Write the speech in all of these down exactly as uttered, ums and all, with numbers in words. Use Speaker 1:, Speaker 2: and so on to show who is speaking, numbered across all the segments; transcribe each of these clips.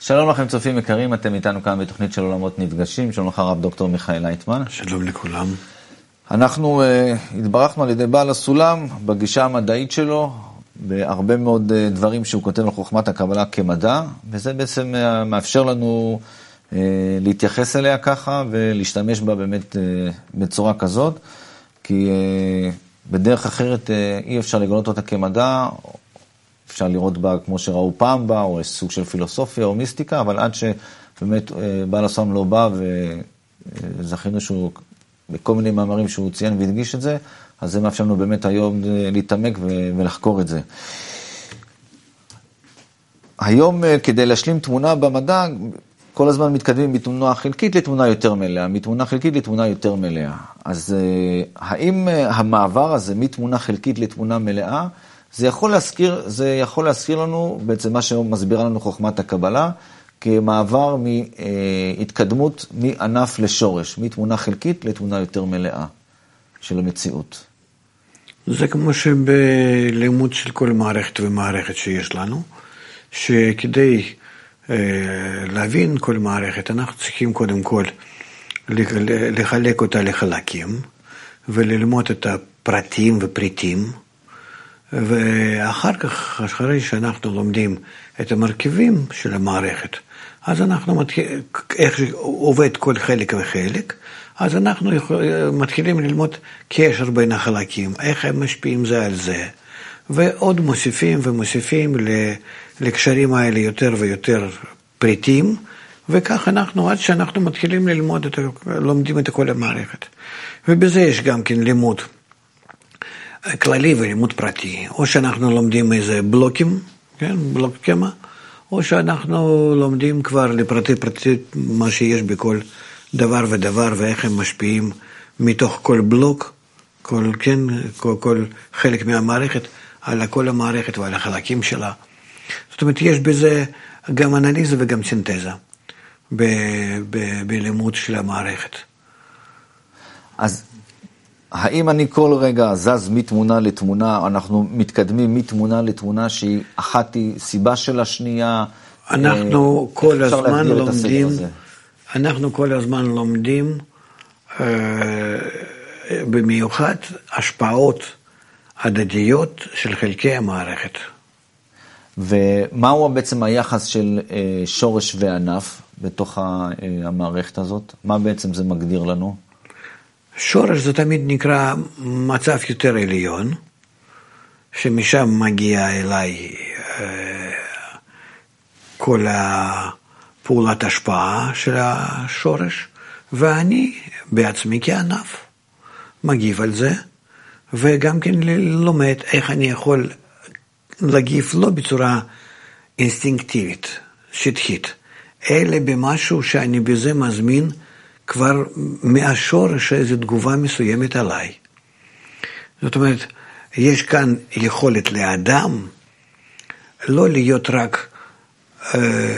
Speaker 1: שלום לכם צופים יקרים, אתם איתנו כאן בתוכנית של עולמות נפגשים. שלום לך הרב דוקטור מיכאל לייטמן.
Speaker 2: שלום לכולם.
Speaker 1: אנחנו uh, התברכנו על ידי בעל הסולם בגישה המדעית שלו, בהרבה מאוד uh, דברים שהוא כותב על חוכמת הקבלה כמדע, וזה בעצם uh, מאפשר לנו uh, להתייחס אליה ככה ולהשתמש בה באמת uh, בצורה כזאת, כי uh, בדרך אחרת uh, אי אפשר לגלות אותה כמדע, אפשר לראות בה כמו שראו פעם בה, או סוג של פילוסופיה או מיסטיקה, אבל עד שבאמת בעל הסולם לא בא, וזכינו שהוא, בכל מיני מאמרים שהוא ציין והדגיש את זה, אז זה מאפשר לנו באמת היום להתעמק ולחקור את זה. היום כדי להשלים תמונה במדע, כל הזמן מתקדמים מתמונה חלקית לתמונה יותר מלאה, מתמונה חלקית לתמונה יותר מלאה. אז האם המעבר הזה מתמונה חלקית לתמונה מלאה, זה יכול להזכיר, זה יכול להזכיר לנו בעצם מה שמסבירה לנו חוכמת הקבלה, כמעבר מהתקדמות מענף לשורש, מתמונה חלקית לתמונה יותר מלאה של המציאות.
Speaker 2: זה כמו שבלימוד של כל מערכת ומערכת שיש לנו, שכדי אה, להבין כל מערכת, אנחנו צריכים קודם כל לחלק אותה לחלקים, וללמוד את הפרטים ופריטים, ואחר כך, אחרי שאנחנו לומדים את המרכיבים של המערכת, אז אנחנו מתחילים, איך עובד כל חלק וחלק, אז אנחנו מתחילים ללמוד קשר בין החלקים, איך הם משפיעים זה על זה, ועוד מוסיפים ומוסיפים לקשרים האלה יותר ויותר פריטים, וכך אנחנו, עד שאנחנו מתחילים ללמוד, את, לומדים את כל המערכת. ובזה יש גם כן לימוד כללי ולימוד פרטי, או שאנחנו לומדים איזה בלוקים, כן, בלוק קמה, או שאנחנו לומדים כבר לפרטי פרטי מה שיש בכל דבר ודבר, ואיך הם משפיעים מתוך כל בלוק, כל, כן, כל, כל חלק מהמערכת, על כל המערכת ועל החלקים שלה. זאת אומרת, יש בזה גם אנליזה וגם סינתזה, ב, ב, בלימוד של המערכת.
Speaker 1: אז האם אני כל רגע זז מתמונה לתמונה, אנחנו מתקדמים מתמונה לתמונה שהיא אחת היא סיבה של השנייה?
Speaker 2: אנחנו כל הזמן לומדים, אנחנו כל הזמן לומדים במיוחד השפעות הדדיות של חלקי המערכת.
Speaker 1: ומהו בעצם היחס של שורש וענף בתוך המערכת הזאת? מה בעצם זה מגדיר לנו?
Speaker 2: שורש זה תמיד נקרא מצב יותר עליון, שמשם מגיע אליי כל הפעולת השפעה של השורש, ואני בעצמי כענף מגיב על זה, וגם כן לומד איך אני יכול להגיב לא בצורה אינסטינקטיבית, שטחית, אלא במשהו שאני בזה מזמין כבר מהשורש איזו תגובה מסוימת עליי. זאת אומרת, יש כאן יכולת לאדם לא להיות רק אה,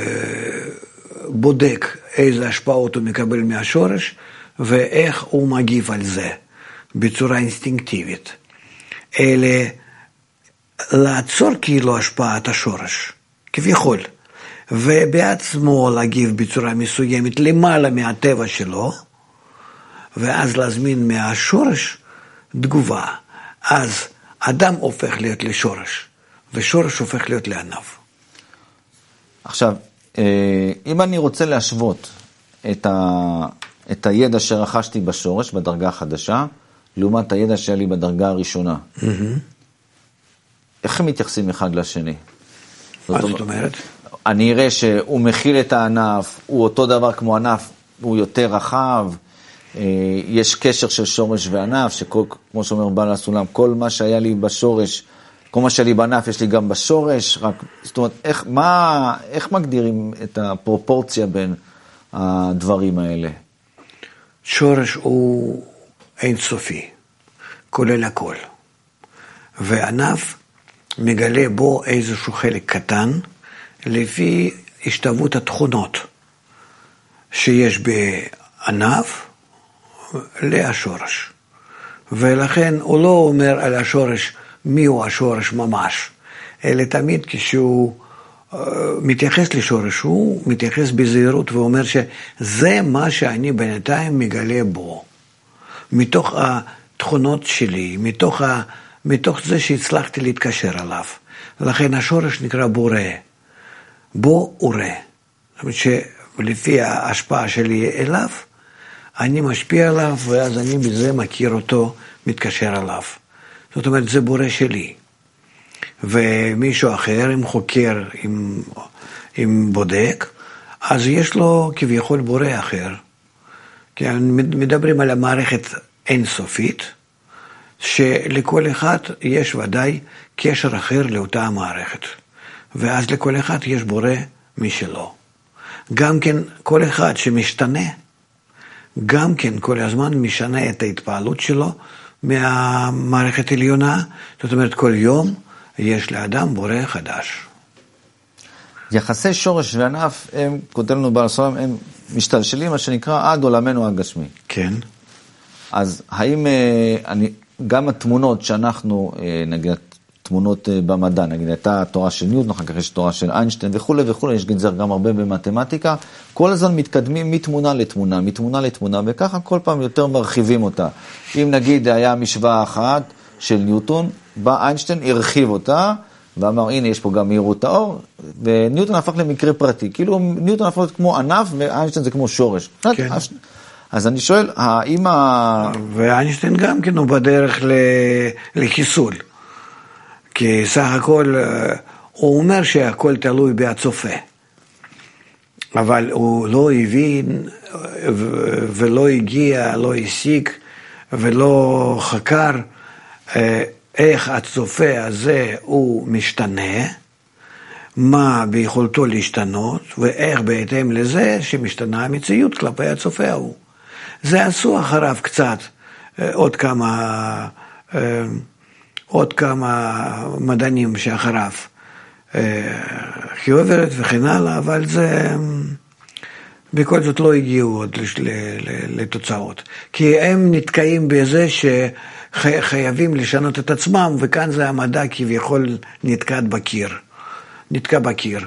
Speaker 2: בודק איזה השפעות הוא מקבל מהשורש, ואיך הוא מגיב על זה בצורה אינסטינקטיבית, אלא לעצור כאילו השפעת השורש, כביכול, ובעצמו להגיב בצורה מסוימת למעלה מהטבע שלו, ואז להזמין מהשורש תגובה. אז אדם הופך להיות לשורש, ושורש הופך להיות לענף.
Speaker 1: עכשיו, אם אני רוצה להשוות את, ה... את הידע שרכשתי בשורש, בדרגה החדשה, לעומת הידע שהיה לי בדרגה הראשונה, mm-hmm. איך הם מתייחסים אחד לשני?
Speaker 2: מה זאת אומרת?
Speaker 1: אני אראה שהוא מכיל את הענף, הוא אותו דבר כמו ענף, הוא יותר רחב, יש קשר של שורש וענף, שכמו שאומר בעל הסולם, כל מה שהיה לי בשורש, כל מה שהיה לי בענף יש לי גם בשורש, רק, זאת אומרת, איך, מה, איך מגדירים את הפרופורציה בין הדברים האלה?
Speaker 2: שורש הוא אינסופי, כולל הכל, וענף מגלה בו איזשהו חלק קטן, לפי השתוות התכונות שיש בענף להשורש. ולכן הוא לא אומר על השורש מי הוא השורש ממש, אלא תמיד כשהוא מתייחס לשורש, הוא מתייחס בזהירות ואומר שזה מה שאני בינתיים מגלה בו, מתוך התכונות שלי, מתוך, ה, מתוך זה שהצלחתי להתקשר עליו. ולכן השורש נקרא בורא, בו ורא. זאת אומרת שלפי ההשפעה שלי אליו, אני משפיע עליו, ואז אני בזה מכיר אותו, מתקשר עליו. זאת אומרת, זה בורא שלי. ומישהו אחר, אם חוקר, אם, אם בודק, אז יש לו כביכול בורא אחר. כי מדברים על המערכת אינסופית, שלכל אחד יש ודאי קשר אחר לאותה המערכת. ואז לכל אחד יש בורא משלו. גם כן כל אחד שמשתנה, גם כן כל הזמן משנה את ההתפעלות שלו מהמערכת העליונה. זאת אומרת, כל יום יש לאדם בורא חדש.
Speaker 1: יחסי שורש וענף, הם, כותב לנו בעל הסולם, הם משתלשלים, מה שנקרא, עד עולמנו הגשמי.
Speaker 2: כן.
Speaker 1: אז האם אני, גם התמונות שאנחנו, נגיד, תמונות במדע, נגיד, הייתה תורה של ניוטון, אחר כך יש תורה של איינשטיין וכו' וכו', יש גנזר גם הרבה במתמטיקה, כל הזמן מתקדמים מתמונה לתמונה, מתמונה לתמונה, וככה כל פעם יותר מרחיבים אותה. אם נגיד היה משוואה אחת של ניוטון, בא איינשטיין, הרחיב אותה, ואמר, הנה, יש פה גם מהירות האור, וניוטון הפך למקרה פרטי. כאילו, ניוטון הפך כמו ענף, ואיינשטיין זה כמו שורש.
Speaker 2: כן.
Speaker 1: אז אני שואל, האם ה...
Speaker 2: ואיינשטיין גם כן הוא בדרך לחיסול. כי סך הכל, הוא אומר שהכל תלוי בהצופה. אבל הוא לא הבין, ולא הגיע, לא הסיק, ולא חקר, איך הצופה הזה הוא משתנה, מה ביכולתו להשתנות, ואיך בהתאם לזה שמשתנה המציאות כלפי הצופה הוא. זה עשו אחריו קצת, עוד כמה, עוד כמה מדענים שאחריו, חיוברת וכן הלאה, אבל זה בכל זאת לא הגיעו עוד לתוצאות. כי הם נתקעים בזה שחייבים לשנות את עצמם, וכאן זה המדע כביכול נתקע בקיר. נתקע בקיר.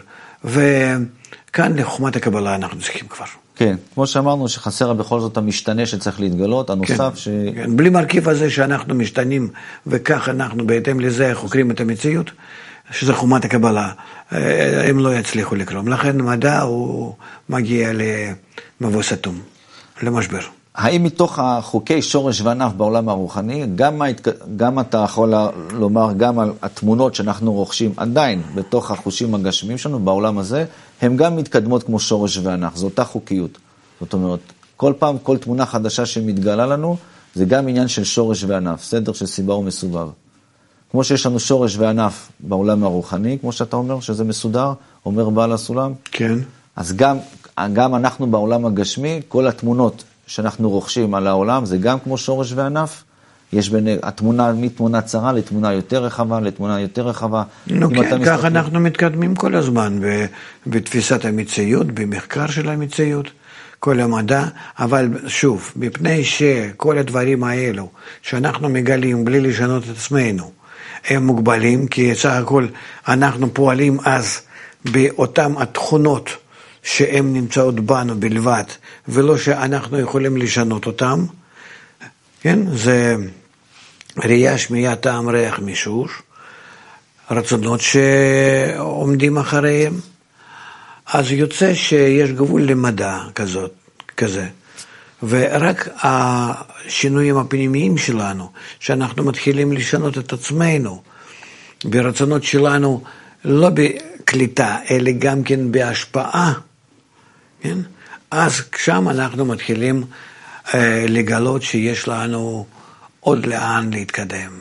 Speaker 2: וכאן לחוכמת הקבלה אנחנו צריכים כבר.
Speaker 1: כן, כמו שאמרנו שחסר בכל זאת המשתנה שצריך להתגלות, הנוסף
Speaker 2: כן,
Speaker 1: ש...
Speaker 2: כן. בלי מרכיב הזה שאנחנו משתנים, וכך אנחנו בהתאם לזה חוקרים את המציאות, שזה חוכמת הקבלה, הם לא יצליחו לקרום. לכן מדע הוא מגיע למבוא סתום, למשבר.
Speaker 1: האם מתוך החוקי שורש וענף בעולם הרוחני, גם, גם אתה יכול לומר, גם על התמונות שאנחנו רוכשים עדיין בתוך החושים הגשמיים שלנו בעולם הזה, הן גם מתקדמות כמו שורש וענף, זו אותה חוקיות. זאת אומרת, כל פעם, כל תמונה חדשה שמתגלה לנו, זה גם עניין של שורש וענף, סדר של סיבה ומסובב. כמו שיש לנו שורש וענף בעולם הרוחני, כמו שאתה אומר שזה מסודר, אומר בעל הסולם.
Speaker 2: כן.
Speaker 1: אז גם, גם אנחנו בעולם הגשמי, כל התמונות שאנחנו רוכשים על העולם, זה גם כמו שורש וענף. יש בין התמונה, מתמונה צרה לתמונה יותר רחבה, לתמונה יותר רחבה.
Speaker 2: נו כן, ככה אנחנו מתקדמים כל הזמן בתפיסת המציאות, במחקר של המציאות, כל המדע, אבל שוב, מפני שכל הדברים האלו שאנחנו מגלים בלי לשנות את עצמנו, הם מוגבלים, כי סך הכל אנחנו פועלים אז באותם התכונות שהן נמצאות בנו בלבד, ולא שאנחנו יכולים לשנות אותם. כן? זה ראייה, שמיעה, טעם, ריח, מישוש, רצונות שעומדים אחריהם. אז יוצא שיש גבול למדע כזאת, כזה. ורק השינויים הפנימיים שלנו, שאנחנו מתחילים לשנות את עצמנו, ברצונות שלנו, לא בקליטה, אלא גם כן בהשפעה, כן? אז שם אנחנו מתחילים אה, לגלות שיש לנו עוד לאן להתקדם.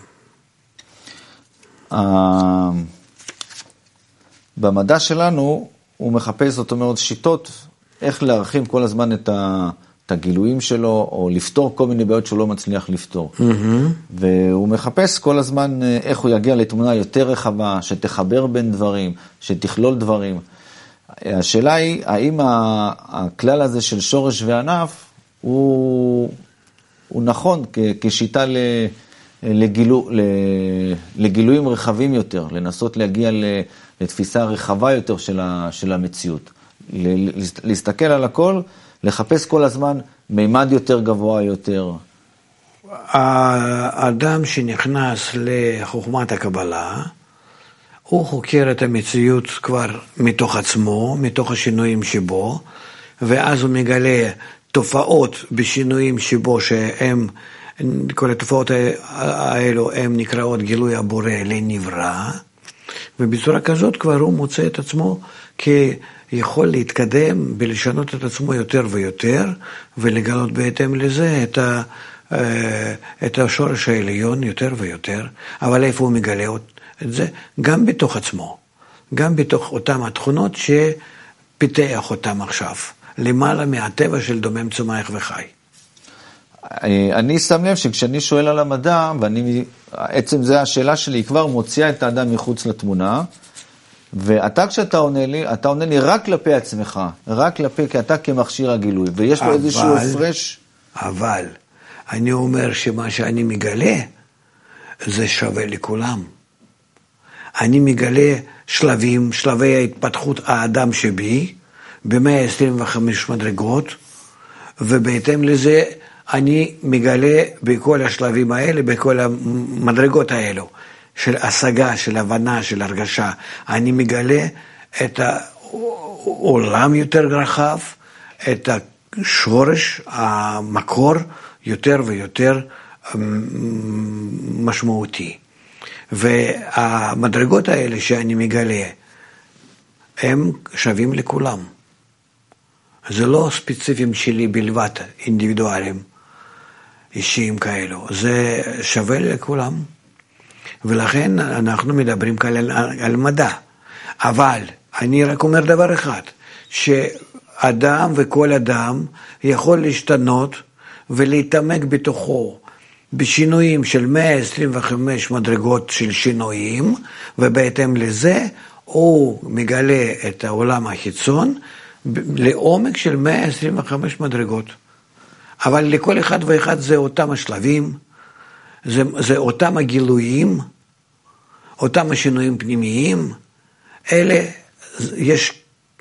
Speaker 1: אה, במדע שלנו הוא מחפש, זאת אומרת, שיטות איך להרחיב כל הזמן את ה... את הגילויים שלו, או לפתור כל מיני בעיות שהוא לא מצליח לפתור. Mm-hmm. והוא מחפש כל הזמן איך הוא יגיע לתמונה יותר רחבה, שתחבר בין דברים, שתכלול דברים. השאלה היא, האם הכלל הזה של שורש וענף, הוא, הוא נכון כ- כשיטה ל- לגילו, לגילויים רחבים יותר, לנסות להגיע לתפיסה רחבה יותר של, ה, של המציאות. להסתכל על הכל, לחפש כל הזמן מימד יותר גבוה יותר.
Speaker 2: האדם שנכנס לחוכמת הקבלה, הוא חוקר את המציאות כבר מתוך עצמו, מתוך השינויים שבו, ואז הוא מגלה תופעות בשינויים שבו שהם, כל התופעות האלו הם נקראות גילוי הבורא לנברא, ובצורה כזאת כבר הוא מוצא את עצמו כיכול להתקדם ולשנות את עצמו יותר ויותר, ולגלות בהתאם לזה את ה... את השורש העליון יותר ויותר, אבל איפה הוא מגלה את זה? גם בתוך עצמו, גם בתוך אותם התכונות שפיתח אותם עכשיו, למעלה מהטבע של דומם צומח וחי.
Speaker 1: אני שם לב שכשאני שואל על המדע, ואני, עצם זה השאלה שלי, כבר מוציאה את האדם מחוץ לתמונה, ואתה כשאתה עונה לי, אתה עונה לי רק כלפי עצמך, רק כלפי, כי אתה כמכשיר הגילוי, ויש לו איזשהו הפרש.
Speaker 2: אבל, אני אומר שמה שאני מגלה, זה שווה לכולם. אני מגלה שלבים, שלבי ההתפתחות האדם שבי, ב-מאה עשרים וחמש מדרגות, ובהתאם לזה אני מגלה בכל השלבים האלה, בכל המדרגות האלו, של השגה, של הבנה, של הרגשה. אני מגלה את העולם יותר רחב, את השורש, המקור, יותר ויותר משמעותי. והמדרגות האלה שאני מגלה, הם שווים לכולם. זה לא ספציפיים שלי בלבד, אינדיבידואלים, אישיים כאלו. זה שווה לכולם. ולכן אנחנו מדברים כאן על, על מדע. אבל אני רק אומר דבר אחד, שאדם וכל אדם יכול להשתנות ולהתעמק בתוכו בשינויים של מאה עשרים וחמש מדרגות של שינויים, ובהתאם לזה הוא מגלה את העולם החיצון לעומק של מאה עשרים וחמש מדרגות. אבל לכל אחד ואחד זה אותם השלבים, זה, זה אותם הגילויים, אותם השינויים פנימיים, אלה, יש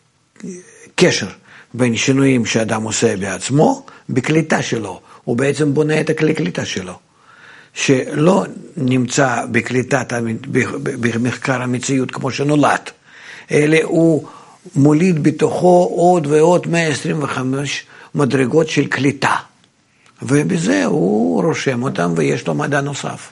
Speaker 2: קשר בין שינויים שאדם עושה בעצמו, בקליטה שלו, הוא בעצם בונה את הכלי קליטה שלו, שלא נמצא בקליטת, במחקר המציאות כמו שנולד, אלא הוא מוליד בתוכו עוד ועוד מאה עשרים וחמש מדרגות של קליטה, ובזה הוא רושם אותם ויש לו מדע נוסף.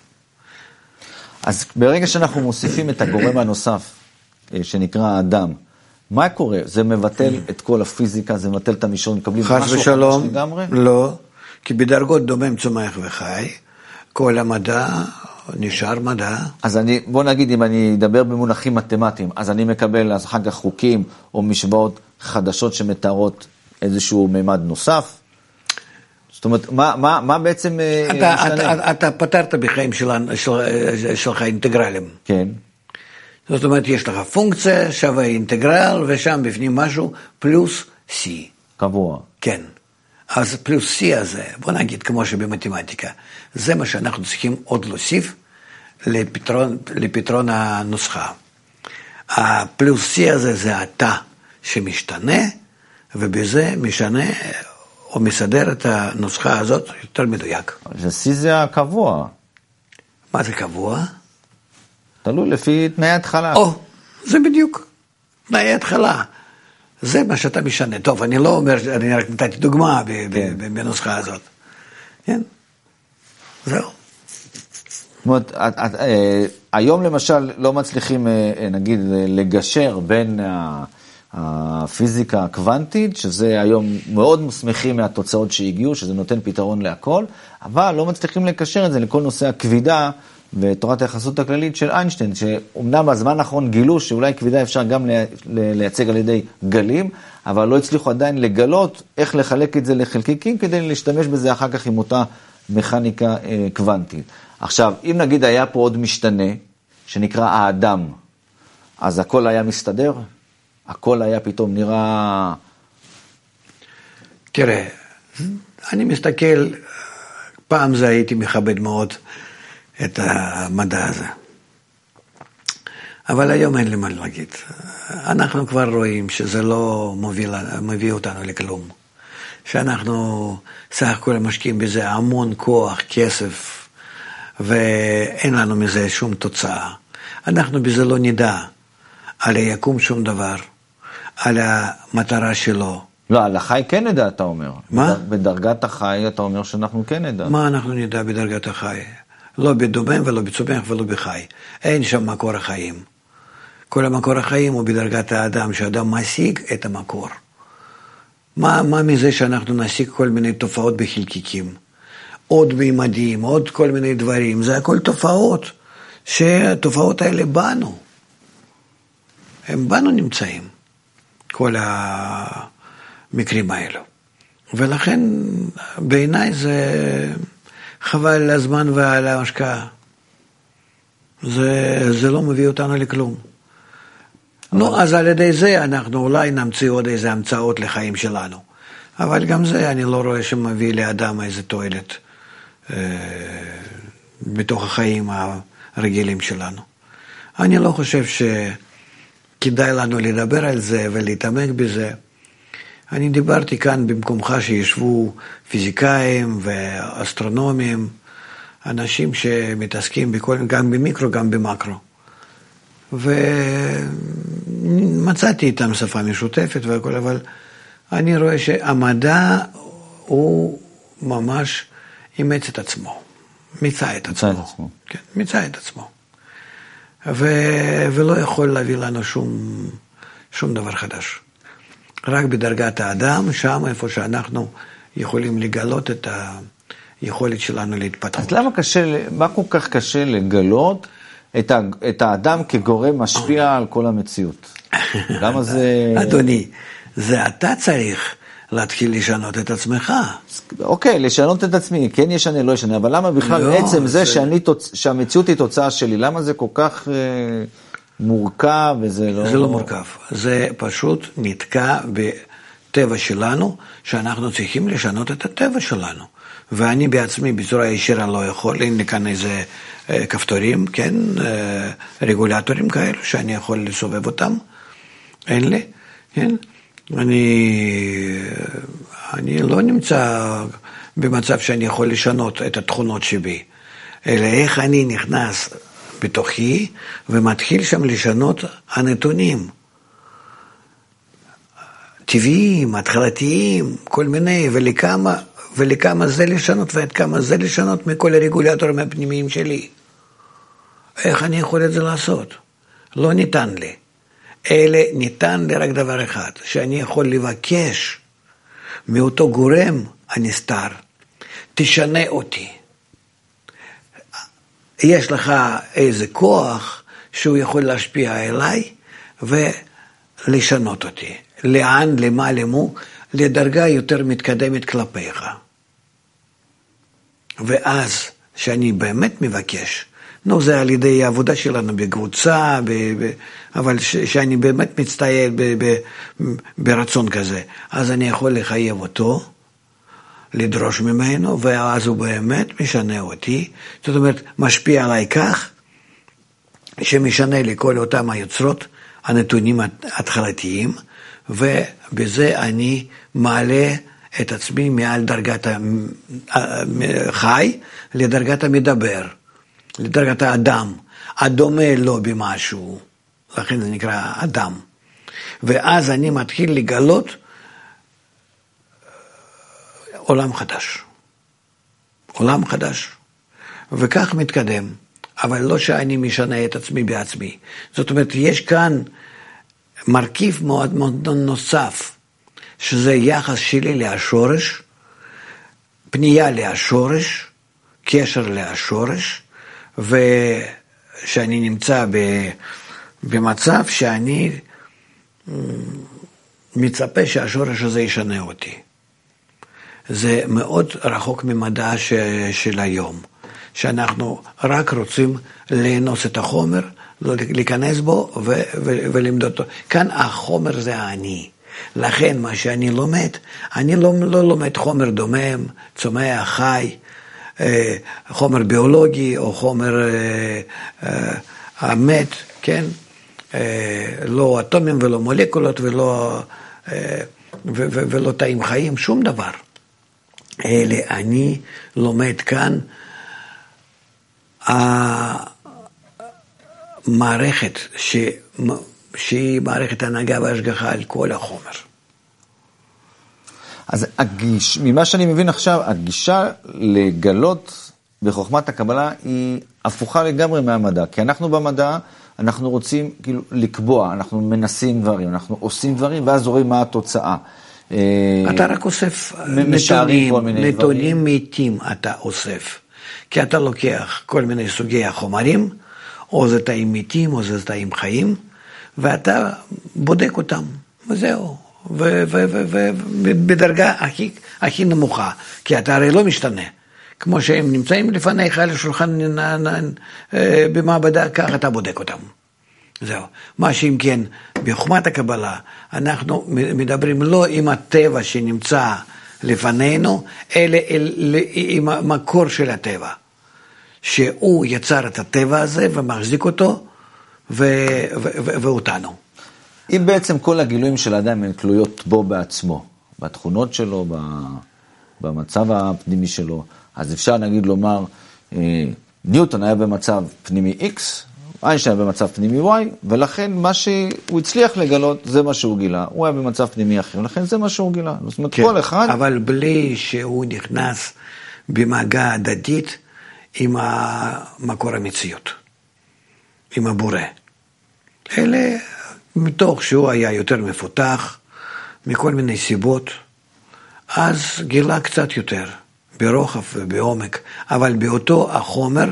Speaker 1: אז ברגע שאנחנו מוסיפים את הגורם הנוסף, שנקרא האדם, מה קורה? זה מבטל את כל הפיזיקה, זה מבטל את המישור, מקבלים משהו חדש לגמרי?
Speaker 2: לא, כי בדרגות דומם צומח וחי, כל המדע נשאר מדע. אז
Speaker 1: אני, בוא נגיד, אם אני אדבר במונחים מתמטיים, אז אני מקבל אז אחר כך חוקים או משוואות חדשות שמתארות איזשהו מימד נוסף? זאת אומרת, מה, מה, מה בעצם
Speaker 2: אתה, משתנה? אתה, אתה פתרת בחיים של, של, שלך אינטגרלים.
Speaker 1: כן.
Speaker 2: זאת אומרת, יש לך פונקציה, שווה אינטגרל, ושם בפנים משהו, פלוס C.
Speaker 1: קבוע.
Speaker 2: כן. אז פלוס C הזה, בוא נגיד כמו שבמתמטיקה, זה מה שאנחנו צריכים עוד להוסיף לפתרון, לפתרון הנוסחה. הפלוס C הזה זה התא שמשתנה, ובזה משנה או מסדר את הנוסחה הזאת יותר מדויק.
Speaker 1: זה C זה הקבוע.
Speaker 2: מה זה קבוע?
Speaker 1: תלוי לפי תנאי התחלה.
Speaker 2: או, זה בדיוק, תנאי התחלה. זה מה שאתה משנה. טוב, אני לא אומר, אני רק נתתי דוגמה בנוסחה הזאת. כן? זהו.
Speaker 1: זאת אומרת, היום למשל לא מצליחים, נגיד, לגשר בין הפיזיקה הקוונטית, שזה היום מאוד מסמכים מהתוצאות שהגיעו, שזה נותן פתרון להכל, אבל לא מצליחים לקשר את זה לכל נושא הכבידה, ותורת היחסות הכללית של איינשטיין, שאומנם בזמן האחרון גילו שאולי כבידה אפשר גם לייצג על ידי גלים, אבל לא הצליחו עדיין לגלות איך לחלק את זה לחלקיקים, כדי להשתמש בזה אחר כך עם אותה מכניקה קוונטית. עכשיו, אם נגיד היה פה עוד משתנה, שנקרא האדם, אז הכל היה מסתדר? הכל היה פתאום נראה...
Speaker 2: תראה, אני מסתכל, פעם זה הייתי מכבד מאוד, את המדע הזה. אבל היום אין לי מה להגיד. אנחנו כבר רואים שזה לא מוביל, מביא אותנו לכלום. שאנחנו סך הכל משקיעים בזה המון כוח, כסף, ואין לנו מזה שום תוצאה. אנחנו בזה לא נדע על היקום שום דבר, על המטרה שלו.
Speaker 1: לא, על החי כן נדע, אתה אומר.
Speaker 2: מה?
Speaker 1: בדרגת החי אתה אומר שאנחנו כן נדע.
Speaker 2: מה אנחנו נדע בדרגת החי? לא בדומם ולא בצומח ולא בחי. אין שם מקור החיים. כל המקור החיים הוא בדרגת האדם, שאדם משיג את המקור. מה, מה מזה שאנחנו נשיג כל מיני תופעות בחלקיקים? עוד מימדים, עוד כל מיני דברים. זה הכל תופעות, שהתופעות האלה בנו. הם בנו נמצאים, כל המקרים האלו. ולכן בעיניי זה חבל על הזמן ועל ההשקעה. זה, זה לא מביא אותנו לכלום. נו, אז על ידי זה אנחנו אולי נמציא עוד איזה המצאות לחיים שלנו. אבל גם זה אני לא רואה שמביא לאדם איזה תועלת אה, בתוך החיים הרגילים שלנו. אני לא חושב שכדאי לנו לדבר על זה ולהתעמק בזה. אני דיברתי כאן במקומך שישבו פיזיקאים ואסטרונומים, אנשים שמתעסקים בכל, גם במיקרו, גם במקרו. ומצאתי איתם שפה משותפת והכל, אבל אני רואה שהמדע הוא ממש אימץ את עצמו, מיצה את עצמו.
Speaker 1: מיצה את עצמו.
Speaker 2: כן, מיצה את עצמו. ו... ולא יכול להביא לנו שום, שום דבר חדש. רק בדרגת האדם, שם איפה שאנחנו יכולים לגלות את היכולת שלנו להתפתחות.
Speaker 1: אז למה קשה, מה כל כך קשה לגלות את, ה, את האדם כגורם משפיע על כל המציאות? למה זה...
Speaker 2: אדוני, זה אתה צריך להתחיל לשנות את עצמך.
Speaker 1: אוקיי, לשנות את עצמי, כן ישנה, לא ישנה, אבל למה בכלל לא, עצם זה, זה... שאני, שהמציאות היא תוצאה שלי, למה זה כל כך... מורכב וזה לא...
Speaker 2: זה לא מורכב, זה פשוט נתקע בטבע שלנו, שאנחנו צריכים לשנות את הטבע שלנו. ואני בעצמי בצורה ישירה לא יכול, אין לי כאן איזה כפתורים, כן, רגולטורים כאלו, שאני יכול לסובב אותם, אין לי, כן. אני, אני לא נמצא במצב שאני יכול לשנות את התכונות שבי, אלא איך אני נכנס בתוכי, ומתחיל שם לשנות הנתונים. טבעיים, התחלתיים, כל מיני, ולכמה, ולכמה זה לשנות, ועד כמה זה לשנות מכל הרגולטורים הפנימיים שלי. איך אני יכול את זה לעשות? לא ניתן לי. אלה ניתן לי רק דבר אחד, שאני יכול לבקש מאותו גורם הנסתר, תשנה אותי. יש לך איזה כוח שהוא יכול להשפיע עליי ולשנות אותי. לאן, למה, למו, לדרגה יותר מתקדמת כלפיך. ואז, שאני באמת מבקש, נו, זה על ידי העבודה שלנו בקבוצה, ב, ב, אבל ש, שאני באמת מצטער ב, ב, ברצון כזה, אז אני יכול לחייב אותו, לדרוש ממנו, ואז הוא באמת משנה אותי, זאת אומרת, משפיע עליי כך, שמשנה לי כל אותם היוצרות, הנתונים התחלתיים, ובזה אני מעלה את עצמי מעל דרגת החי, לדרגת המדבר, לדרגת האדם, הדומה לו במשהו, לכן זה נקרא אדם. ואז אני מתחיל לגלות, עולם חדש, עולם חדש, וכך מתקדם, אבל לא שאני משנה את עצמי בעצמי. זאת אומרת, יש כאן מרכיב מאוד מאוד נוסף, שזה יחס שלי להשורש, פנייה להשורש, קשר להשורש, ושאני נמצא במצב שאני מצפה שהשורש הזה ישנה אותי. זה מאוד רחוק ממדע ש... של היום, שאנחנו רק רוצים לאנוס את החומר, להיכנס בו ו... ו... ולמדוד אותו. כאן החומר זה אני. לכן מה שאני לומד, אני לא, לא לומד חומר דומם, צומח, חי, חומר ביולוגי או חומר המת, כן? לא אטומים ולא מולקולות ולא, ולא תאים חיים, שום דבר. אלה אני לומד כאן המערכת ש... שהיא מערכת הנהגה והשגחה על כל החומר.
Speaker 1: אז הגיש, ממה שאני מבין עכשיו, הגישה לגלות בחוכמת הקבלה היא הפוכה לגמרי מהמדע, כי אנחנו במדע, אנחנו רוצים כאילו לקבוע, אנחנו מנסים דברים, אנחנו עושים דברים, ואז רואים מה התוצאה.
Speaker 2: אתה רק אוסף נתונים, נתונים מתים אתה אוסף, כי אתה לוקח כל מיני סוגי החומרים, או זה תאים מתים, או זה תאים חיים, ואתה בודק אותם, וזהו, ובדרגה הכי, הכי נמוכה, כי אתה הרי לא משתנה, כמו שהם נמצאים לפניך על השולחן במעבדה, כך אתה בודק אותם. זהו. מה שאם כן, בחוכמת הקבלה, אנחנו מדברים לא עם הטבע שנמצא לפנינו, אלא עם המקור של הטבע, שהוא יצר את הטבע הזה ומחזיק אותו ו- ו- ואותנו.
Speaker 1: אם בעצם כל הגילויים של האדם הן תלויות בו בעצמו, בתכונות שלו, במצב הפנימי שלו, אז אפשר נגיד לומר, ניוטון היה במצב פנימי X, איינשטיין היה במצב פנימי Y, ולכן מה שהוא הצליח לגלות, זה מה שהוא גילה. הוא היה במצב פנימי אחר, ולכן זה מה שהוא גילה. זאת אומרת,
Speaker 2: כן,
Speaker 1: כל אחד...
Speaker 2: אבל בלי שהוא נכנס במגע הדדית עם המקור המציאות, עם הבורא. אלה, מתוך שהוא היה יותר מפותח, מכל מיני סיבות, אז גילה קצת יותר, ברוחב ובעומק, אבל באותו החומר,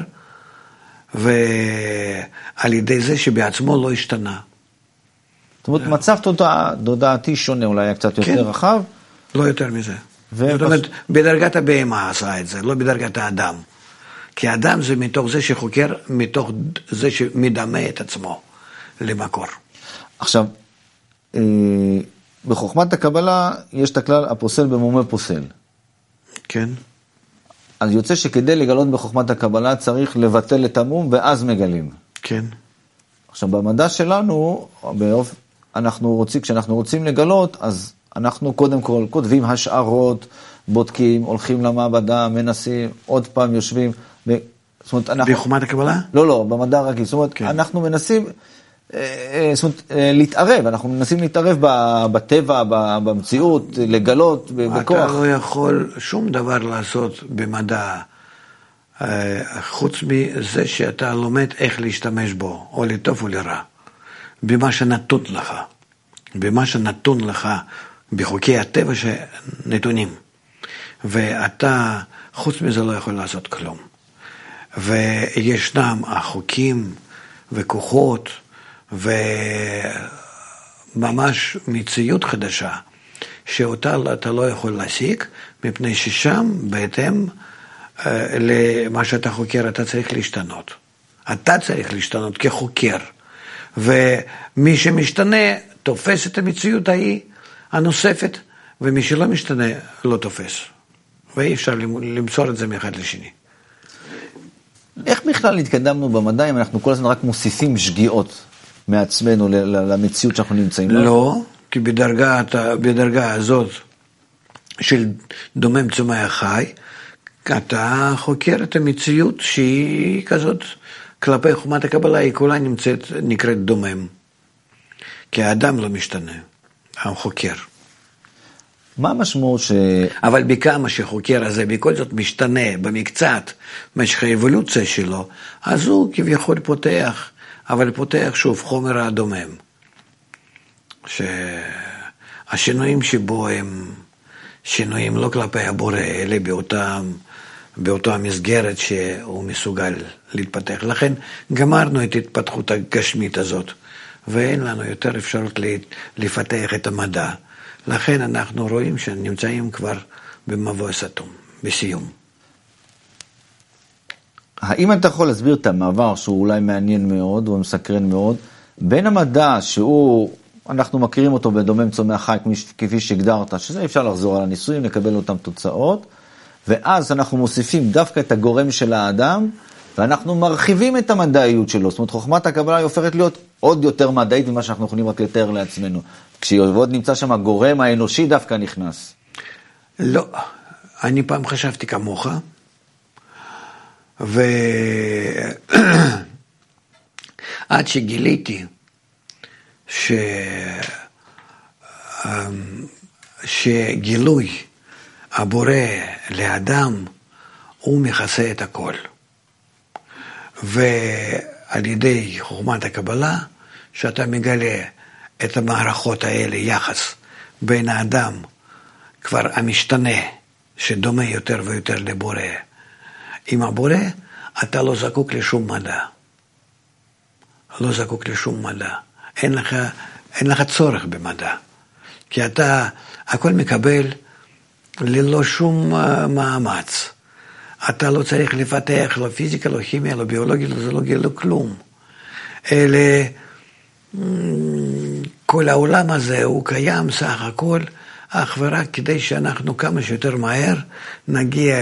Speaker 2: ועל ידי זה שבעצמו לא השתנה.
Speaker 1: זאת אומרת, מצב תודעתי שונה, אולי היה קצת יותר רחב?
Speaker 2: לא יותר מזה. זאת אומרת, בדרגת הבהמה עשה את זה, לא בדרגת האדם. כי האדם זה מתוך זה שחוקר, מתוך זה שמדמה את עצמו למקור.
Speaker 1: עכשיו, בחוכמת הקבלה יש את הכלל הפוסל במומה פוסל.
Speaker 2: כן.
Speaker 1: אז יוצא שכדי לגלות בחוכמת הקבלה צריך לבטל את המום ואז מגלים.
Speaker 2: כן.
Speaker 1: עכשיו במדע שלנו, באופ... אנחנו רוצים, כשאנחנו רוצים לגלות, אז אנחנו קודם כל כותבים השערות, בודקים, הולכים למעבדה, מנסים, עוד פעם יושבים. ו... זאת אומרת, אנחנו...
Speaker 2: בחוכמת הקבלה?
Speaker 1: לא, לא, במדע רגיל. זאת אומרת,
Speaker 2: כן.
Speaker 1: אנחנו מנסים זאת אומרת, להתערב, אנחנו מנסים להתערב בטבע, במציאות, לגלות בכוח.
Speaker 2: אתה לא יכול שום דבר לעשות במדע, חוץ מזה שאתה לומד איך להשתמש בו, או לטוב או לרע, במה שנתון לך, במה שנתון לך, בחוקי הטבע שנתונים. ואתה, חוץ מזה, לא יכול לעשות כלום. וישנם החוקים וכוחות, וממש מציאות חדשה, שאותה אתה לא יכול להשיג, מפני ששם, בהתאם למה שאתה חוקר, אתה צריך להשתנות. אתה צריך להשתנות כחוקר, ומי שמשתנה, תופס את המציאות ההיא הנוספת, ומי שלא משתנה, לא תופס. ואי אפשר למסור את זה מאחד לשני.
Speaker 1: איך בכלל התקדמנו במדע אם אנחנו כל הזמן רק מוסיפים שגיאות מעצמנו למציאות שאנחנו נמצאים בה?
Speaker 2: לא, כי בדרגה, בדרגה הזאת של דומם צומח חי, אתה חוקר את המציאות שהיא כזאת, כלפי חוכמת הקבלה היא כולה נמצאת, נקראת דומם. כי האדם לא משתנה, החוקר.
Speaker 1: מה המשמעות ש...
Speaker 2: אבל בכמה שחוקר הזה בכל זאת משתנה במקצת משך האבולוציה שלו, אז הוא כביכול פותח, אבל פותח שוב חומר הדומם. שהשינויים שבו הם שינויים לא כלפי הבורא, אלא באותם, באותה המסגרת שהוא מסוגל להתפתח. לכן גמרנו את התפתחות הגשמית הזאת, ואין לנו יותר אפשרות לפתח את המדע. לכן אנחנו רואים שנמצאים כבר במבוא סתום, בסיום.
Speaker 1: האם אתה יכול להסביר את המעבר שהוא אולי מעניין מאוד או מסקרן מאוד, בין המדע שהוא, אנחנו מכירים אותו בדומם צומח חי כפי שהגדרת, שזה אפשר לחזור על הניסויים, לקבל אותם תוצאות, ואז אנחנו מוסיפים דווקא את הגורם של האדם, ואנחנו מרחיבים את המדעיות שלו. זאת אומרת, חוכמת הקבלה היא הופכת להיות עוד יותר מדעית ממה שאנחנו יכולים רק לתאר לעצמנו. כשעוד נמצא שם הגורם האנושי דווקא נכנס.
Speaker 2: לא, אני פעם חשבתי כמוך, ועד שגיליתי ש... שגילוי הבורא לאדם הוא מכסה את הכל. ועל ידי חוכמת הקבלה, שאתה מגלה את המערכות האלה, יחס בין האדם כבר המשתנה, שדומה יותר ויותר לבורא, עם הבורא, אתה לא זקוק לשום מדע. לא זקוק לשום מדע. אין לך, אין לך צורך במדע. כי אתה, הכל מקבל ללא שום מאמץ. אתה לא צריך לפתח, לא פיזיקה, לא כימיה, לא ביולוגיה, לא זולוגיה, לא כלום. אלה, כל העולם הזה הוא קיים סך הכל, אך ורק כדי שאנחנו כמה שיותר מהר נגיע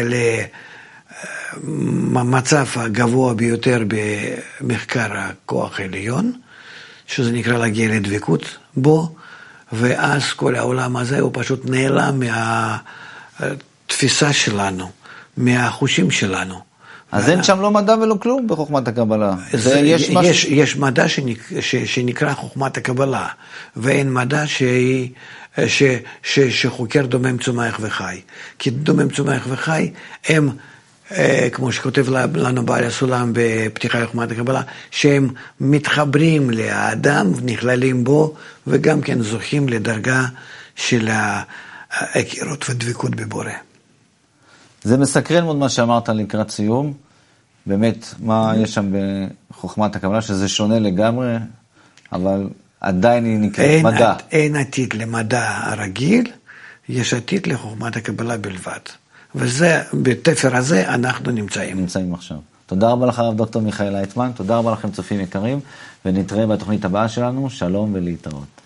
Speaker 2: למצב הגבוה ביותר במחקר הכוח העליון, שזה נקרא להגיע לדבקות בו, ואז כל העולם הזה הוא פשוט נעלם מהתפיסה שלנו, מהחושים שלנו.
Speaker 1: אז אין שם לא מדע ולא כלום בחוכמת הקבלה.
Speaker 2: זה, יש, יש, יש מדע שנק, ש, שנקרא חוכמת הקבלה, ואין מדע שהיא, ש, ש, שחוקר דומם צומח וחי. כי דומם צומח וחי הם, כמו שכותב לנו בעל הסולם בפתיחה לחוכמת הקבלה, שהם מתחברים לאדם ונכללים בו, וגם כן זוכים לדרגה של ההכירות ודבקות בבורא.
Speaker 1: זה מסקרן מאוד מה שאמרת לקראת סיום. באמת, מה יש שם בחוכמת הקבלה, שזה שונה לגמרי, אבל עדיין היא נקראת
Speaker 2: אין,
Speaker 1: מדע.
Speaker 2: אין עתיד למדע הרגיל, יש עתיד לחוכמת הקבלה בלבד. וזה, בתפר הזה אנחנו נמצאים.
Speaker 1: נמצאים עכשיו. תודה רבה לך, הרב דוקטור מיכאל לייטמן, תודה רבה לכם צופים יקרים, ונתראה בתוכנית הבאה שלנו, שלום ולהתראות.